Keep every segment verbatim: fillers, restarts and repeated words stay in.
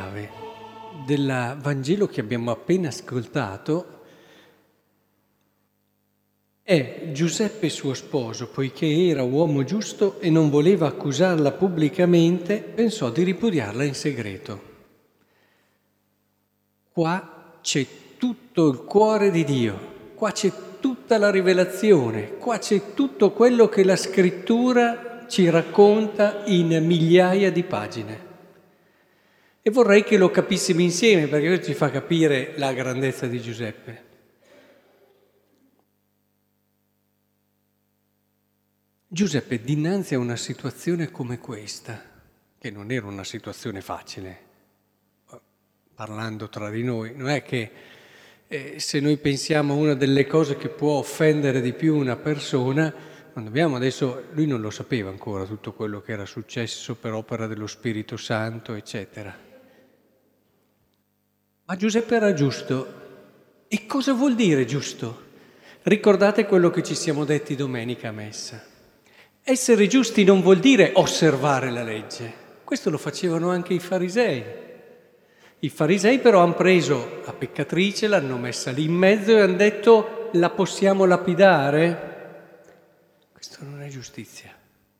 chiave del Vangelo che abbiamo appena ascoltato è Giuseppe suo sposo, poiché era uomo giusto e non voleva accusarla pubblicamente, pensò di ripudiarla in segreto. Qua c'è tutto il cuore di Dio, qua c'è tutta la rivelazione, qua c'è tutto quello che la Scrittura ci racconta in migliaia di pagine. E vorrei che lo capissimo insieme, perché questo ci fa capire la grandezza di Giuseppe. Giuseppe, dinanzi a una situazione come questa, che non era una situazione facile, parlando tra di noi, non è che eh, se noi pensiamo a una delle cose che può offendere di più una persona, non dobbiamo adesso, lui non lo sapeva ancora tutto quello che era successo per opera dello Spirito Santo, eccetera. Ma Giuseppe era giusto. E cosa vuol dire giusto? Ricordate quello che ci siamo detti domenica a messa. Essere giusti non vuol dire osservare la legge. Questo lo facevano anche i farisei. I farisei però hanno preso la peccatrice, l'hanno messa lì in mezzo e hanno detto: la possiamo lapidare? Questo non è giustizia.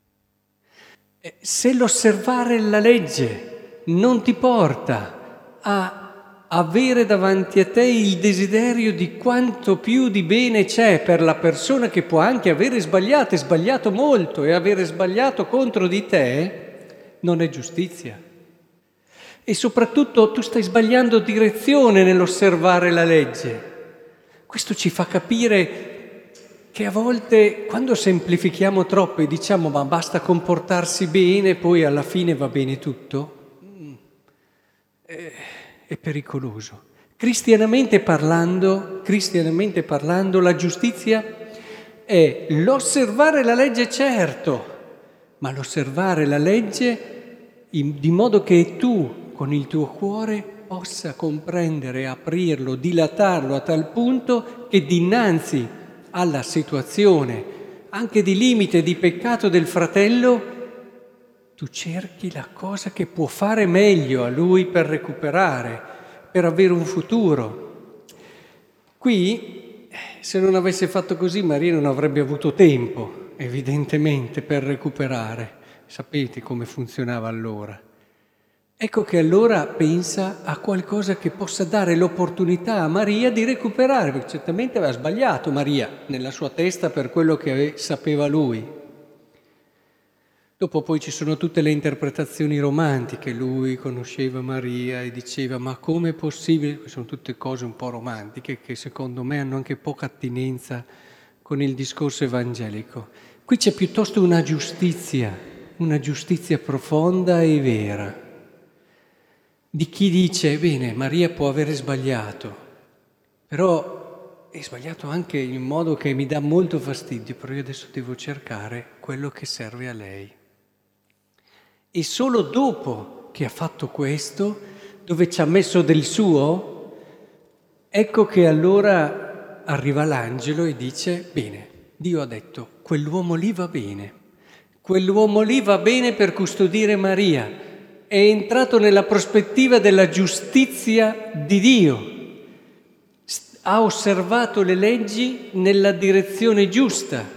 Se l'osservare la legge non ti porta a avere davanti a te il desiderio di quanto più di bene c'è per la persona che può anche avere sbagliato, e sbagliato molto, e avere sbagliato contro di te, non è giustizia. E soprattutto tu stai sbagliando direzione nell'osservare la legge. Questo ci fa capire che a volte, quando semplifichiamo troppo e diciamo ma basta comportarsi bene, poi alla fine va bene tutto, eh, è pericoloso. Cristianamente parlando, cristianamente parlando, la giustizia è l'osservare la legge, certo, ma l'osservare la legge in, di modo che tu, con il tuo cuore, possa comprendere, aprirlo, dilatarlo a tal punto che dinanzi alla situazione, anche di limite, di peccato del fratello, tu cerchi la cosa che può fare meglio a lui per recuperare, per avere un futuro. Qui, se non avesse fatto così, Maria non avrebbe avuto tempo, evidentemente, per recuperare. Sapete come funzionava allora. Ecco che allora pensa a qualcosa che possa dare l'opportunità a Maria di recuperare, perché certamente aveva sbagliato Maria nella sua testa per quello che sapeva lui. Dopo poi ci sono tutte le interpretazioni romantiche, lui conosceva Maria e diceva ma com'è possibile? Sono tutte cose un po' romantiche che secondo me hanno anche poca attinenza con il discorso evangelico. Qui c'è piuttosto una giustizia, una giustizia profonda e vera, di chi dice bene, Maria può avere sbagliato, però è sbagliato anche in modo che mi dà molto fastidio, però io adesso devo cercare quello che serve a lei. E solo dopo che ha fatto questo, dove ci ha messo del suo, ecco che allora arriva l'angelo e dice, bene, Dio ha detto, quell'uomo lì va bene, quell'uomo lì va bene per custodire Maria, è entrato nella prospettiva della giustizia di Dio, ha osservato le leggi nella direzione giusta.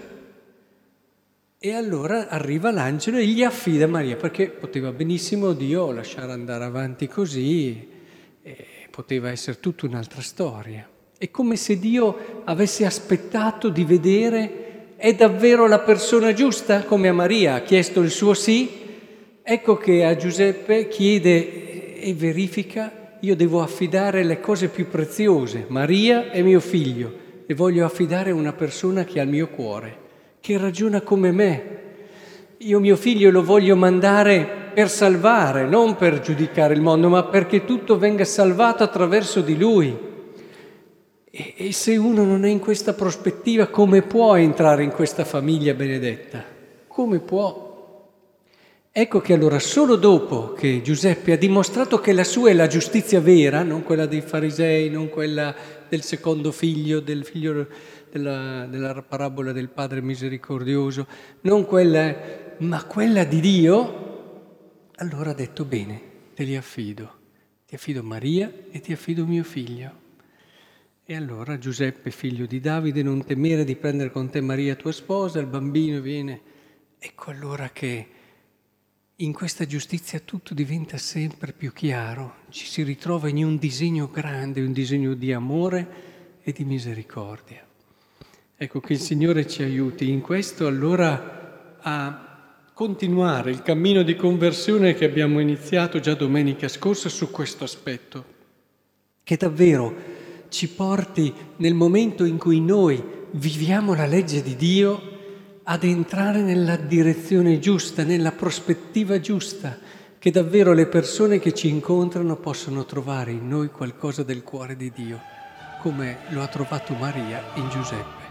E allora arriva l'angelo e gli affida Maria, perché poteva benissimo Dio lasciare andare avanti così, e poteva essere tutta un'altra storia. È come se Dio avesse aspettato di vedere è davvero la persona giusta, come a Maria ha chiesto il suo sì, ecco che a Giuseppe chiede e verifica, io devo affidare le cose più preziose, Maria e mio figlio, e voglio affidare a una persona che ha il mio cuore, che ragiona come me. Io mio figlio lo voglio mandare per salvare, non per giudicare il mondo, ma perché tutto venga salvato attraverso di lui. E, e se uno non è in questa prospettiva, come può entrare in questa famiglia benedetta? Come può? Ecco che allora solo dopo che Giuseppe ha dimostrato che la sua è la giustizia vera, non quella dei farisei, non quella del secondo figlio, del figlio della, della parabola del Padre misericordioso, non quella, ma quella di Dio, allora ha detto bene, te li affido, ti affido Maria e ti affido mio figlio. E allora Giuseppe, figlio di Davide, non temere di prendere con te Maria tua sposa, il bambino viene. Ecco allora che in questa giustizia tutto diventa sempre più chiaro, ci si ritrova in un disegno grande, un disegno di amore e di misericordia. Ecco, che il Signore ci aiuti in questo allora a continuare il cammino di conversione che abbiamo iniziato già domenica scorsa su questo aspetto, che davvero ci porti nel momento in cui noi viviamo la legge di Dio ad entrare nella direzione giusta, nella prospettiva giusta, che davvero le persone che ci incontrano possano trovare in noi qualcosa del cuore di Dio, come lo ha trovato Maria in Giuseppe.